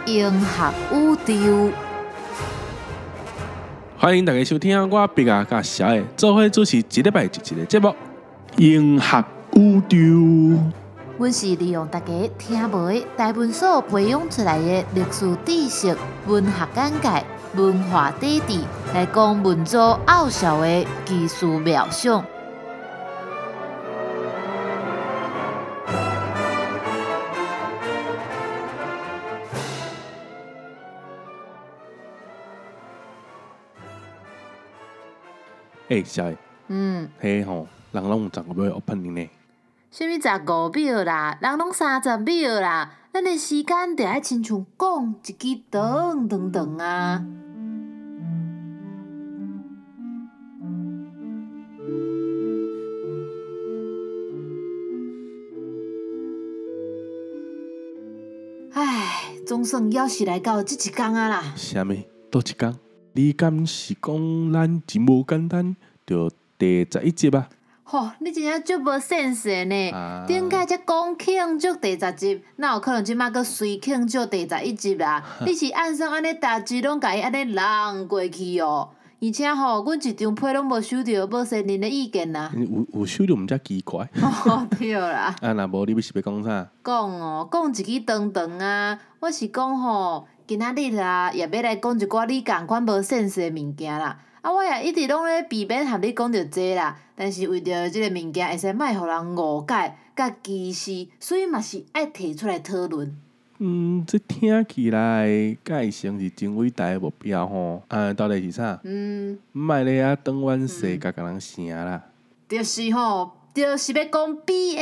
融合宇宙。 欢迎大家收听我毕亚甲小的做伙主持一礼拜一集的节目《融合宇宙》。 阮是利用大家听无的台文所培养出来的历史知识、文学简介、文化底子，来讲文组奥妙的技术妙想。 小的，迄吼，人拢有15秒 opening 呢。 啥物15秒啦，人拢30秒啦，咱的时间得爱亲像讲一支长啊！唉，总算要是来到即一天啊啦！ 啥物？倒一天？你敢是讲咱真无简单，就第11集啊？ 吼，你真正足无 sense 呢！顶摆才讲庆祝第10集，哪有可能即摆阁随庆祝第11集啦？你是按算安尼逐集拢甲伊安尼浪过去哦？而且吼，阮一张批拢无收到无先人的意见啦。 有收到毋才奇怪。 哦，对啦。 若无你是要讲啥？ 讲一支长啊！我是讲吼，今仔日啦，也要来讲一寡你共款无 sense 的物件啦。我也一直拢咧避免和你讲着这啦，但是为着即个物件会使莫互人误解甲歧视，所以嘛是爱提出来讨论。 这听起来敢会像是真伟大的目标吼？到底是啥？莫咧啊，当阮世甲人声啦。 就是吼，就是要讲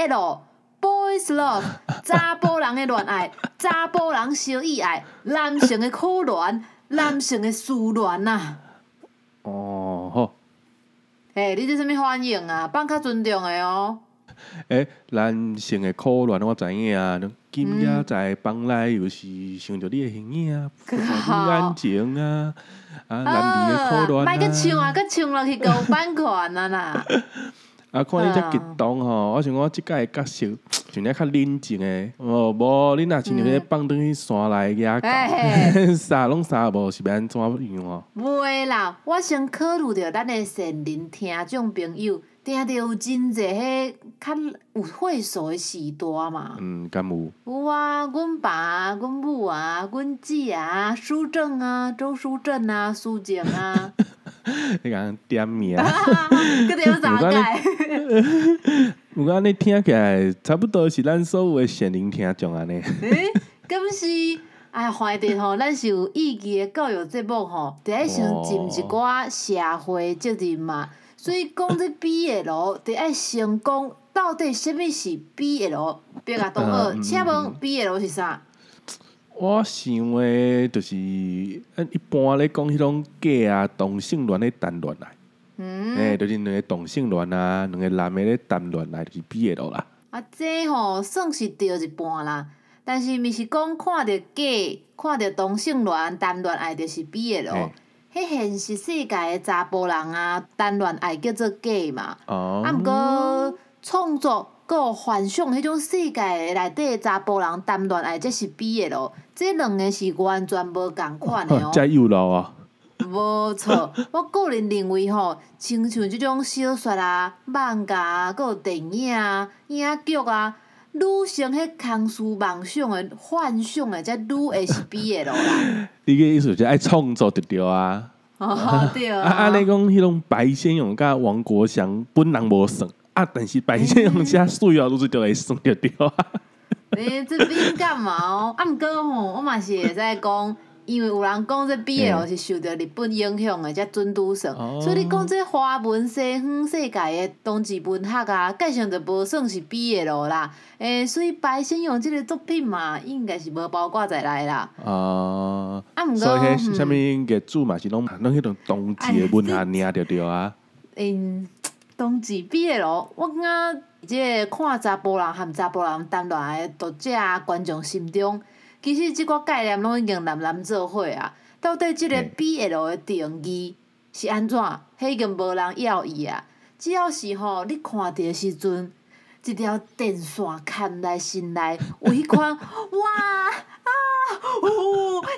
BL。Boys love， 查甫人的恋爱，查甫人小意爱，男性的可恋，男性的思恋呐。 哦，好。 你这啥物反应啊？放较尊重的哦。 男性的可恋我知影啊，今夜在房内又是想着你的形影啊，眼睛啊，男儿的可恋啊。 莫阁唱啊，阁唱落去，有版权啊啦。 看你遮激动吼，我想讲即届的角色像咧较冷静的，无你若亲像咧放转去山内野狗，啥拢啥无是要安怎样哦？ 袂啦，我先考虑着咱的善人听众朋友，定着有真侪迄较有岁数的时代嘛。 敢有？ 有啊，阮爸、阮母啊、阮姊啊、苏正啊、周淑正啊、苏静啊。 你讲点名， 搁点啥解？ 有安尼听起来，差不多是咱所有的善人听众安尼。 敢是？哎，怀着吼，咱是有意义的教育节目吼，得爱先尽一寡社会责任嘛。所以讲这 BL， 得爱先讲到底什么是 BL？ 别甲同学，请问 BL 是啥？ 我想的就是一般咧讲迄种假啊同性恋咧谈恋爱，就是两个同性恋啊，两个男的咧谈恋爱就是 BL 啦。 这吼算是对一半啦，但是毋是讲看着假、看着同性恋谈恋爱就是 BL，迄现实世界的查甫人啊谈恋爱叫做假嘛。毋过创作有幻想迄种世界内底查甫人谈恋爱，这是 BL， 这两个是完全无共款的哦。 遮有路啊！ 无错，我个人认为吼，亲像即种小说啊、漫画啊，还有电影啊、影剧啊，女性迄空思梦想的、幻想的，才愈会是 BL 啦。 你个意思就爱创作就对啊。 对啊。 安尼讲，迄种白先勇甲王国祥本人无算但是白先勇遮水哦，都是就会算着对啊。 这敏感嘛哦，毋过吼，我嘛是会使讲。因为有人讲这 BL 是受到日本影响的，才准拄算。所以你讲这华文西方世界的同志文学啊，计上就无算是 BL 啦。所以白先勇这个作品嘛，应该是无包括在内啦。 所以迄啥物业主嘛是拢迄种同志的文学尔着对啊。 同志 BL， 我感觉这个看查甫人和查甫人谈恋爱的读者啊、观众心中。其实即个概念拢已经南做伙啊！到底即个 BL 的定义是安怎？迄已经无人要伊啊！只要是吼，你看着时阵，一条电线牵来心内，有迄款哇啊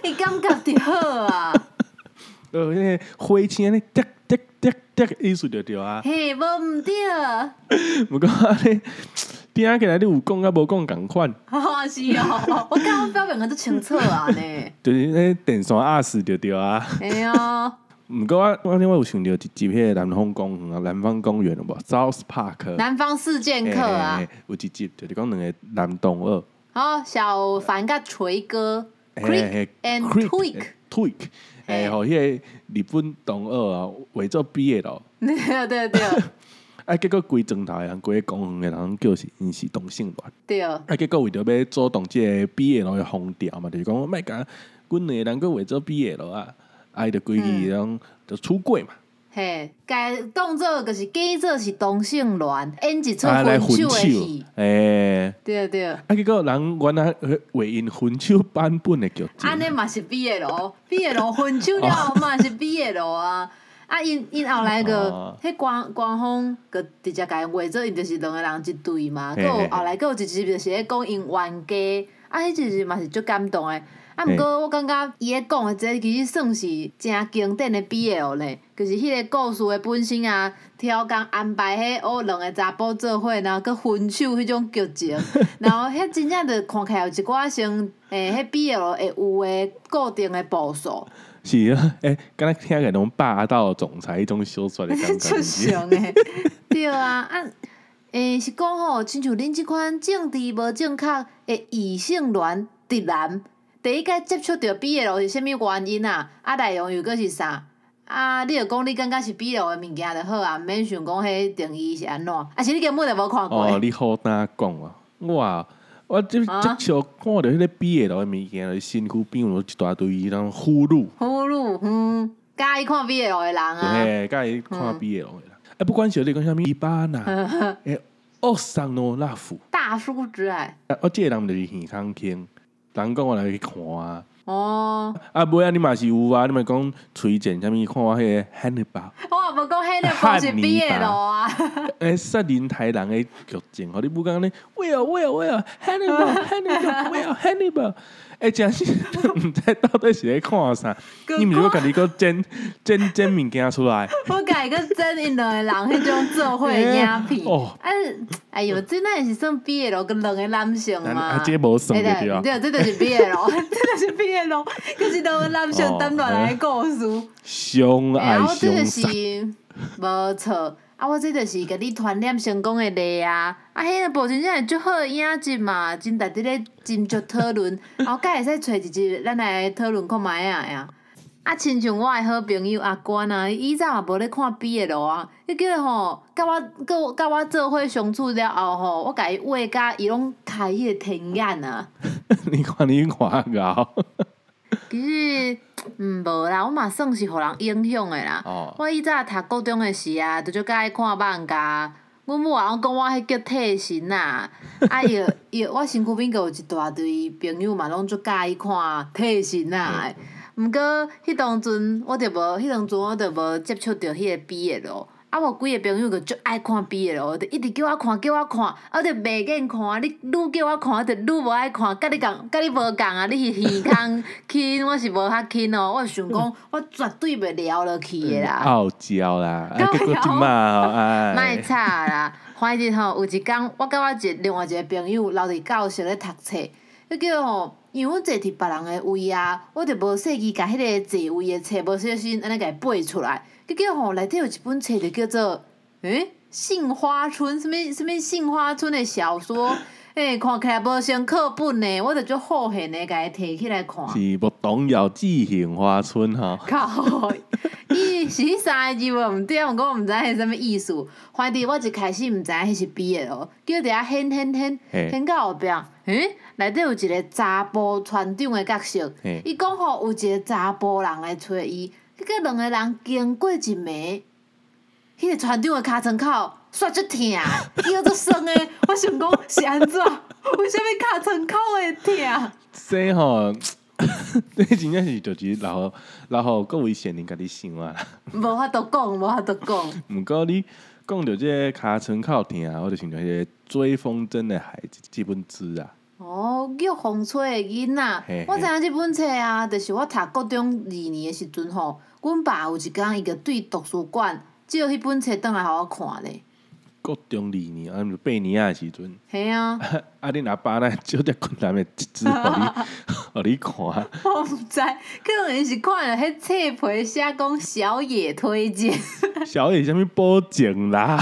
伊感觉就好啊。 迄个火星咧，滴滴滴滴，意思就对啊。 嘿，无毋对。 毋过咧，听起来你有讲甲无讲共款。 是哦，我感觉我表现得都清楚啊呢。 就是迄电线压死就对啊。 嘿啊。 毋过我有想到一集迄个南方公园啊，南方公园有无 ？South Park。 南方四剑客啊。 有一集就是讲两个男同学。 哦，小凡甲锤哥 ，Creek and Tweak。 互迄个日本同学啊，为做毕业咯。 对。 啊，结果规庄头的人，规个公园的人叫是因是同性恋。 对。 啊，结果为着要阻挡即个毕业咯的风潮嘛，就是讲莫甲阮两个人，佫为做毕业咯啊，啊，伊就规矩种就出柜嘛。 嘿，该当做就是假做是同性恋，演一出分手的戏。对。 啊，结果人原来为因分手版本的剧情。 安尼嘛是毕业咯，毕业咯分手了后嘛是毕业咯啊！啊，因后来个，迄官方个直接甲因画做，因就是两个人一对嘛。佮后来佮有一集就是咧讲因冤家，啊，迄一集嘛是足感动的。啊，毋过我感觉伊咧讲的这其实算是真经典的 BL 咧，就是迄个故事的本身啊，挑工安排迄两个查甫做伙，然后佮分手迄种剧情，然后迄真正就看起来有一寡像迄 BL 会有的固定的步数。 是啊，敢若听起来那种霸道总裁迄种小说的感觉。 出像诶，对啊，是讲吼，亲像恁即款政治无正确的异性恋直男。第一届接触到 BL 是啥物原因啊？啊，内容又佫是啥？啊，你著讲你感觉是 BL 的物件就好啊，毋免想讲迄定义是安怎？啊，是你根本就无看过。 哦，你好胆讲啊！我接触看到迄个 BL 的物件，就是身躯边有一大堆迄种俘虜， 介意看 BL 的人啊， 对，介意看 BL 的人。不管是你讲啥物伊巴纳，奥桑诺拉夫， 大叔之爱。 我即个人就是耳康听。人讲我来去看啊！ 哦， 尾你嘛是有啊！你咪讲推荐啥物？看我迄个 Hannibal。 我也无讲 Hannibal 是 BL 啊。 杀人太人的剧情，互你不讲呢 ？Will Hannibal。真是毋知到底是咧看啥？你毋是要家己个剪物件出来？ 我家己个剪因两个人迄种做伙影片。哎呦，这那是算 BL 跟两个男性嘛？ 这无算对啊？ 对，这就是 BL， 这就是 BL， 可是两个男性谈恋爱的故事。 相爱相杀， 无错。啊，我这就是甲你传染成功的例啊！啊，迄个部真正是足好的影集嘛，真值得咧斟酌讨论。后盖会使找一集，咱来讨论看卖啊呀！啊，亲像我的好朋友阿关啊，伊早嘛无咧看 BL 啊，伊叫吼，甲我做伙相处了后吼，我甲伊话甲伊拢开迄个天眼啊！ 你看你看搞。 其实，无啦，我嘛算是互人影响的啦。我以早读高中的时啊，就足介意看漫画。阮母也讲我迄叫替身啊，我身躯边个有一大堆朋友嘛，拢足介意看替身啊。毋过迄当阵我就无接触到迄个 BL。啊，我几个朋友就足爱看 BL，就一直叫我看，啊，我就袂瘾看。你愈叫我看，我就愈无爱看。甲你无共啊！你是耳孔轻，我是无较轻哦。我想讲，我绝对袂聊落去的啦。 傲娇啦，结果即马莫吵啦！反正吼，有一天我甲我另外一个朋友留伫教室咧读册，迄叫吼，因为阮坐伫别人的位啊，我就无细记甲迄个座位的册无小心安尼甲伊背出来。结果吼，内底有一本册就叫做杏花村，什么杏花村的小说，看起来无像课本呢，我就足好闲的甲伊摕起来看。 是不动摇记杏花村吼。 靠，伊是迄三个字无毋对，毋过我毋知迄什么意思。反正我一开始毋知影迄是 BL，叫伫遐掀到后壁，内底有一个查甫船长的角色，伊讲吼有一个查甫人来找伊。迄个两个人经过一暝，迄个船长的尻川口煞足疼，腰足酸的。我想讲是安怎？为什么尻川口会疼？ 这吼，这真正是就是老好各位先人家己想啊。 无法度讲。 毋过你讲到这尻川口疼，我就想到迄个追风筝的孩子这本书啊。 哦，叫风吹的囡仔嘿嘿， 我知影即本册啊，就是我读高中2年的时阵吼，阮爸有一工伊就对图书馆借迄本册转来互我看咧。 国中2年，啊，就8年仔的时阵， 嘿啊， 啊，恁阿爸呢少只困难的一支，互你看， 我毋知，可能伊是看了迄册皮写讲小野推荐小野啥物保证啦。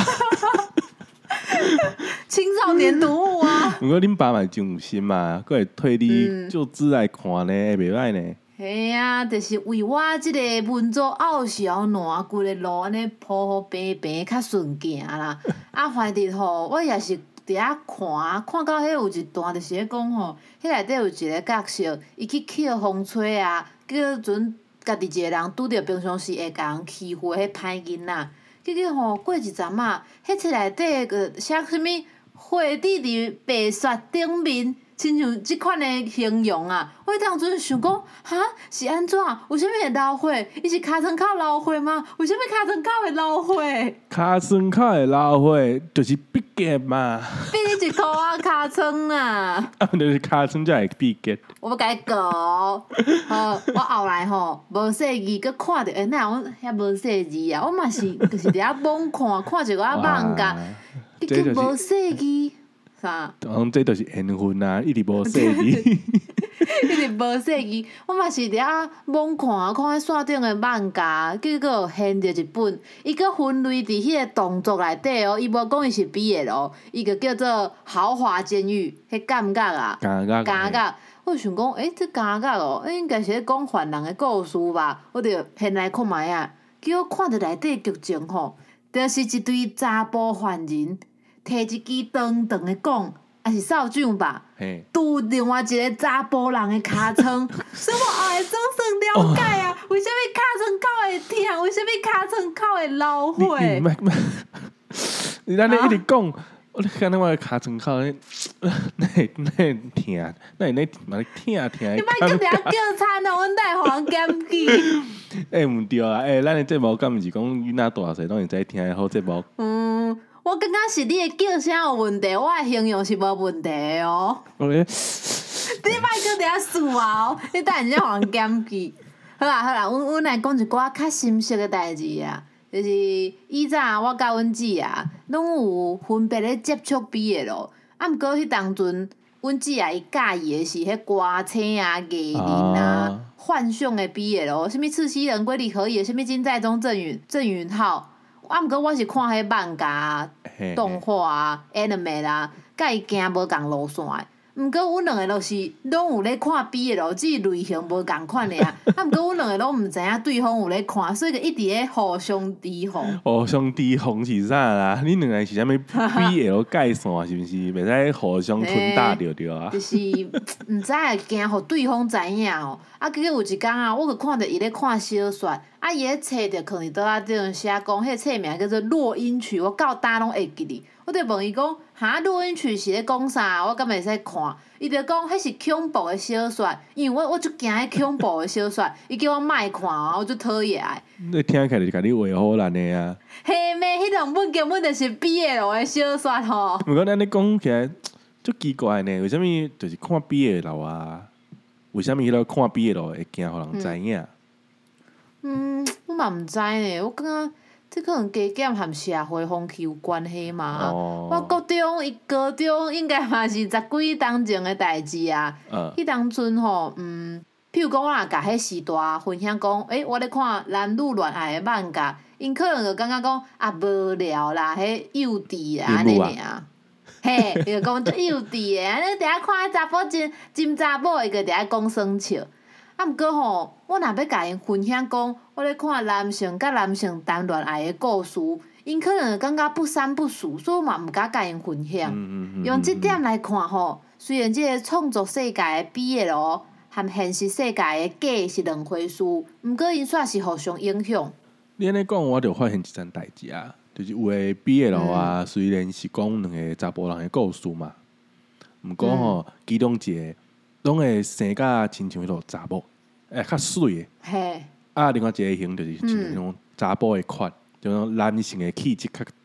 青少年读物啊。 毋过恁爸嘛真有心嘛，佫会推你就资来看呢，会袂歹呢。 嘿啊，就是为我即个文组拗小烂规个路安尼铺铺平平较顺行啦。啊，反正吼，我也是伫遐看到迄有一段就是咧讲吼，迄内底有一个角色，伊去捡风吹啊，叫阵家己一个人拄着平常时会甲人欺负的迄歹囡仔。结果吼过一阵仔，迄册内底个写啥物花滴伫白雪顶面，亲像即款的形容啊！我当阵想讲，哈是安怎？为虾米会流花？伊是尻川口流花吗？为虾米尻川口会流花？ 尻川口的流花就是毕业嘛， 比你一箍仔尻川啊！ 啊，就是尻川才会毕业。 我要甲你讲哦，我后来吼无细字，佮看着，哪有遐无细字啊？我嘛是，就是伫遐猛看一个仔网甲，伊佮无细字，啥？ 这就是缘分啊，一直无细字。 伊直无细字，我嘛是伫遐猛看迄线顶的网架，结果现着一本，伊佮分类伫迄个动作内底哦，伊无讲伊是 BL 哦，伊就叫做豪华监狱，迄感觉啊，感觉。我想讲，这感觉哦，应该是咧讲犯人的故事吧？我着现来看卖啊，结果看着内底剧情吼，就是一堆查甫犯人摕一支长长的弓，也是扫帚吧，拄另外一个查甫人的尻川，所以我后来总算了解啊，为虾米尻川口会疼，为虾米尻川口会流血？ 你安尼一直讲。我看到我的尻川口，那会疼，那会嘛疼。 你莫叫人叫惨哦，阮等下互人检举。 毋对啊，咱的节目敢毋是讲囡仔大细拢会知听的好节目？ 我感觉是你的叫声有问题，我的形容是无问题的哦。你莫叫人输啊！哦，你等下互人检举。好啦，阮来讲一寡较深色的代志啊。就是以前我甲阮姊啊，拢有分别咧接触 BL，啊，毋过迄当阵，阮姊啊伊介意的是迄歌星啊、艺人啊、幻想的 BL，啥物赤西仁、龟梨和也，啥物金在中、郑允浩，啊，毋过我是看迄漫画、动画啊、anime 啦，甲伊行无共路线的。毋过阮两个就是拢有咧看 BL，只是类型无共款尔。啊，毋过阮两个拢毋知影对方有咧看，所以就一直咧互相提防。 互相提防是啥啦？恁两个是啥物 BL 界线是毋是？袂使互相吞大着着啊？ 就是毋知会惊互对方知影哦。啊，结果有一工啊，我就看着伊咧看小说，啊，伊咧册着可能倒仔顶写讲，迄册名叫做《落音曲》，我到呾拢会记哩。我就问伊讲，哈，落音曲是咧讲啥？我敢会使看？伊就讲，迄是恐怖的小说，因为我就惊迄恐怖的小说，伊叫我莫看哦，我就讨厌。 你听起来就甲你话好难的啊！ 嘿咩，迄两本根本就是 BL 的小说吼。 毋过咱咧讲起来，足奇怪呢，为虾米就是看 BL 啊？为虾米迄个看 BL 会惊互人知影？ 我嘛毋知呢，我感觉。这可能加减和社会风气有关系嘛？我高中应该嘛是10几当前的代志啊。迄当阵吼，譬如讲我若甲迄时代分享讲，我咧看男女恋爱的漫画，因可能就感觉讲啊无聊啦，迄幼稚啦安尼尔。嘿，伊就讲足幼稚的，安尼伫遐看查甫真查某，伊个伫遐讲耍笑。啊，毋过吼，我若要甲因分享讲，我咧看男性甲男性谈恋爱的故事，因可能感觉不三不四，所以我嘛毋敢甲因分享。用即点来看吼，虽然即个创作世界的 BL 和现实世界的假是两回事，毋过因煞是互相影响。 你安尼讲，我就发现一件代志啊，就是有诶 BL 啊，虽然是讲两个查甫人的故事嘛，毋过吼，其中一个。拢会生甲亲像迄落查某，较水诶。 嘿。 啊，另外一个型就是像迄种查甫诶款，就种男性诶气质较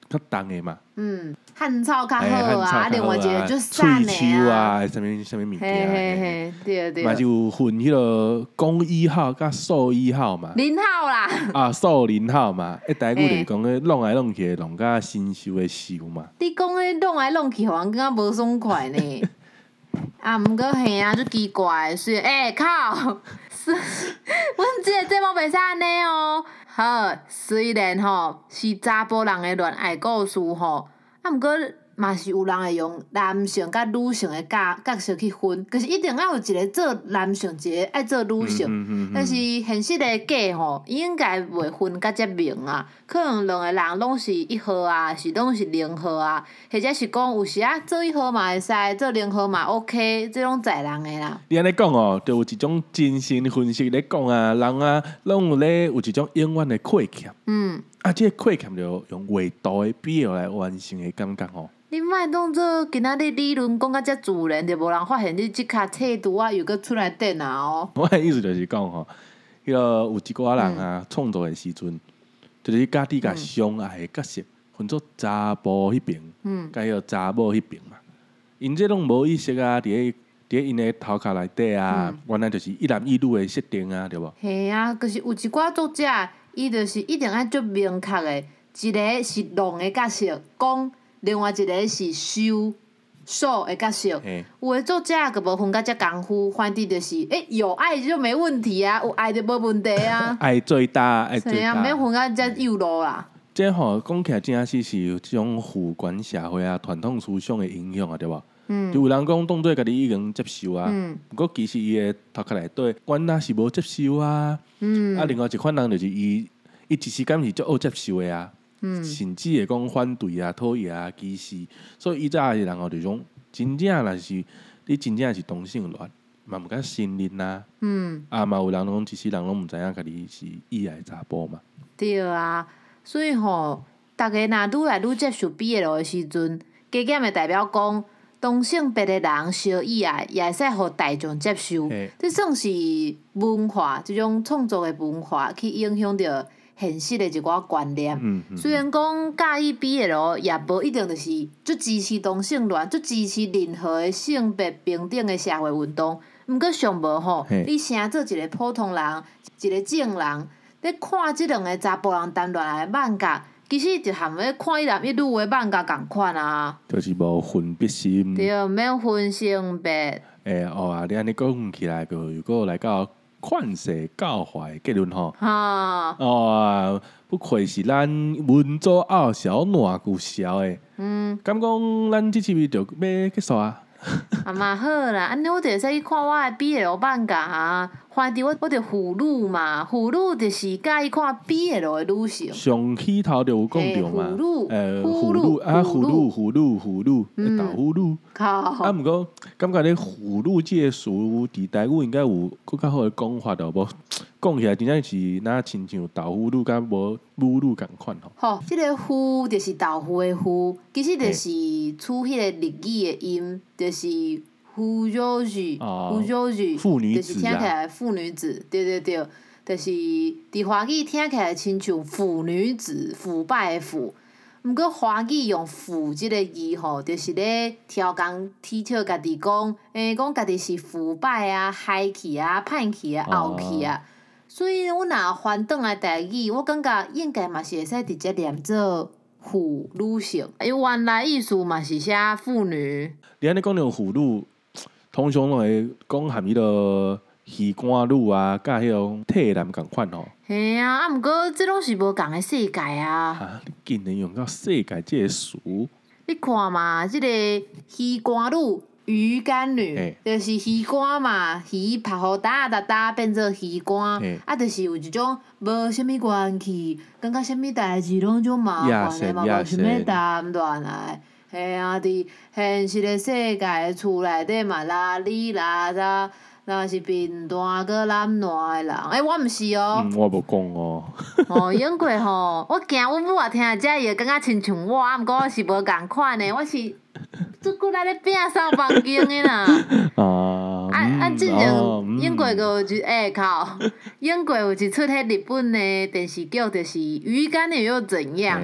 较重的嘛。 汗臭较好汗啊， 臭较好另外一个啊， 就散喙的鬚啊，啥物物嘿件， 嘿，对对。 嘛是有分迄个公一号甲兽一号嘛。 零号啦。 啊，兽零号嘛，台语就是讲个弄来弄去，弄甲新秀的秀嘛。 你讲迄弄来弄去，互人感觉无爽快呢。啊，毋过嘿啊，足奇怪，虽然靠，阮即个节目袂使安尼哦。好，虽然吼是查甫人的恋爱故事吼，啊，毋过嘛是有人会用男性甲女性的角色去分，可是一定要有一个做男性，一个爱做女性。但是现实的假吼，伊应该袂分甲遮明啊。可能两个人拢是1号啊，是拢是0号啊，或者是讲有时啊做1号嘛会使，做0号嘛 OK， 这种在人的啦。 你安尼讲哦，就有一种精神分析咧讲啊，人啊，拢有咧有一种永远的亏欠。这个亏欠就用画图的比喻来完成的感觉吼。 你莫当做今仔日理论讲甲遮自然，就无人发现你即骹册图啊又搁出来电啊哦。 我的意思就是讲吼，迄个有一寡人啊，创作的时阵，就是家己甲相爱的角色分做查甫迄边，甲迄个查某迄边嘛。因这拢无意识啊，伫因的头壳内底啊，原来就是一男一女的设定啊，对无？ 嘿啊，可是有一寡作者，伊就是一定爱足明确的，一个是龙的角色，公。另外一个是受的角色，有的作者个无分甲遮功夫，反正就是有爱就没问题啊，有爱就无问题啊。 爱最大，爱最大。 是啊，免分甲遮幼路啦。 这吼讲起来真正是有即种父权社会啊、传统思想的影响啊，对无？就有人讲当做家己已经接受啊，不过其实伊的头壳内底，原来是无接受啊。啊，另外一款人就是伊一时间是足好接受的啊。甚至会讲反对啊、讨厌啊、歧视，所以以早的人吼就种真正若是你真正是同性恋，嘛毋敢承认啊。嘛有人讲，其实人拢毋知影家己是意爱查甫嘛。 对啊，所以吼，大家若愈来愈接受 BL 的时阵，加减会代表讲同性别的人相意爱，也会使互大众接受。这算是文化，即种创作的文化去影响着现实的一寡观念。虽然讲介意 BL，也无一定就是足支持同性恋，足支持任何的性别平等的社会运动。毋过上无吼，你成做一个普通人，一个正人，咧看即两个查甫人谈恋爱的漫画，其实就含咧看一男一女的漫画共款啊。 就是无分别心。 对，免分性别。 你安尼讲起来，就如果来到劝世教化的结论吼。不愧是咱文组奥小暖骨小的。敢讲咱即集就要结束啊？ 嘛好啦，安尼我就会使去看我的 BL 漫画啊。反正我就腐女嘛，腐女就是介意看 BL 的女性。 上起头就有讲着嘛， 腐女， 豆腐女。靠！毋过感觉咧腐女即个词伫台语应该有更较好的讲法着无？讲起来真正是若亲像豆腐女甲无母女共款吼。 好，即个腐就是豆腐的腐，其实就是取迄个日语的音，就是腐幼女， 妇女子啊， 就是听起来妇女子，对，就是伫华语听起来亲像腐女子，腐败的腐。毋过华语用腐即个字吼，就是咧挑工踢笑家己讲，讲家己是腐败啊、歹去啊、歹去啊、漚去啊。所以我若翻转来台语，我感觉应该嘛是会使直接念做腐女性，伊原来意思嘛是写妇女。 你安尼讲着腐女，通常拢会讲含迄个鱼肝女啊，甲迄种体男共款吼。 嘿啊，毋过这拢是无共的世界啊。 你竟然用到世界这个词？ 你看嘛，即个鱼肝女。鱼干女，就是鱼干嘛，鱼拍互打变做鱼干，就是有一种无啥物元气，感觉啥物代志拢种麻烦的嘛，无啥物谈恋爱。嘿啊，伫现实的世界厝内底嘛，拉里拉杂，若是贫惰搁懒惰的人，我毋是哦。 我无讲哦。 永过吼，我惊阮母也听到遮，伊会感觉亲像我，毋过我是无共款的，我是。足久来咧摒扫房间的啦。之前英国个有一靠，英国有一出迄日本的电视剧，就是《鱼干女又怎样》。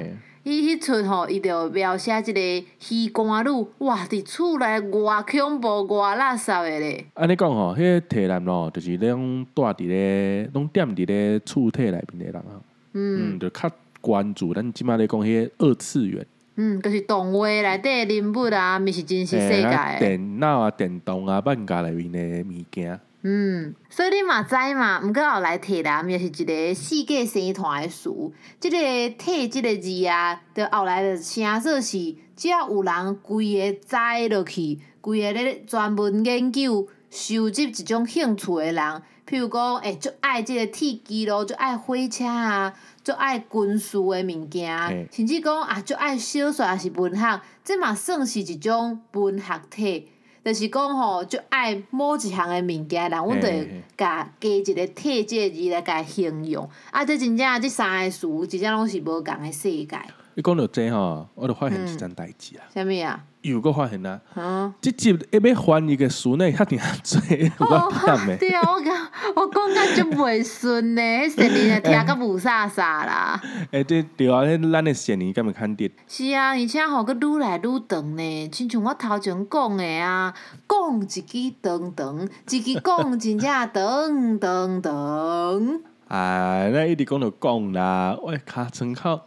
迄阵吼，伊就描写一个鱼竿女，哇！伫厝内偌恐怖、偌垃圾的咧。 安尼讲吼，迄个体男咯，就是拢住伫咧，拢踮伫咧厝体内面的人啊。就较关注咱即摆咧讲迄个二次元。 就是动画内底的人物啊，毋是真实世界的。 电脑啊、电动啊、漫画内面的物件。 所以你嘛知嘛，毋过后来摕男也是一个世界生团的词，即个“摕”即个字啊，着后来着成做是，只要有人规个栽落去，规个咧专门研究、收集一种兴趣的人，譬如讲，足爱即个铁机咯，足爱火车啊，足爱军事的物件，甚至讲足爱小说也是文学，这嘛算是一种文学体。就是讲吼，就爱某一项的物件，人阮就会加一个“体”这个字来甲形容。这真正这三个词，真正拢是无共的世界。 你讲到这吼，我就发现一件代志啊。 啥物啊？ 又搁发现啊！即集要翻译的词呢，遐尔多，我忝的。 对啊，我讲甲足袂顺呢，迄成年听甲无啥啥啦。 对啊，迄咱的成年敢会看得。 是啊，而且吼，佮愈来愈长呢，亲像我头前讲的啊，讲一支长长，一支讲真正长长长。 咱一直讲着讲啦，喂，尻川口。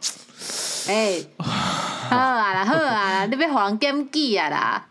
好啊啦，好啊啦，你要互人检举啊啦！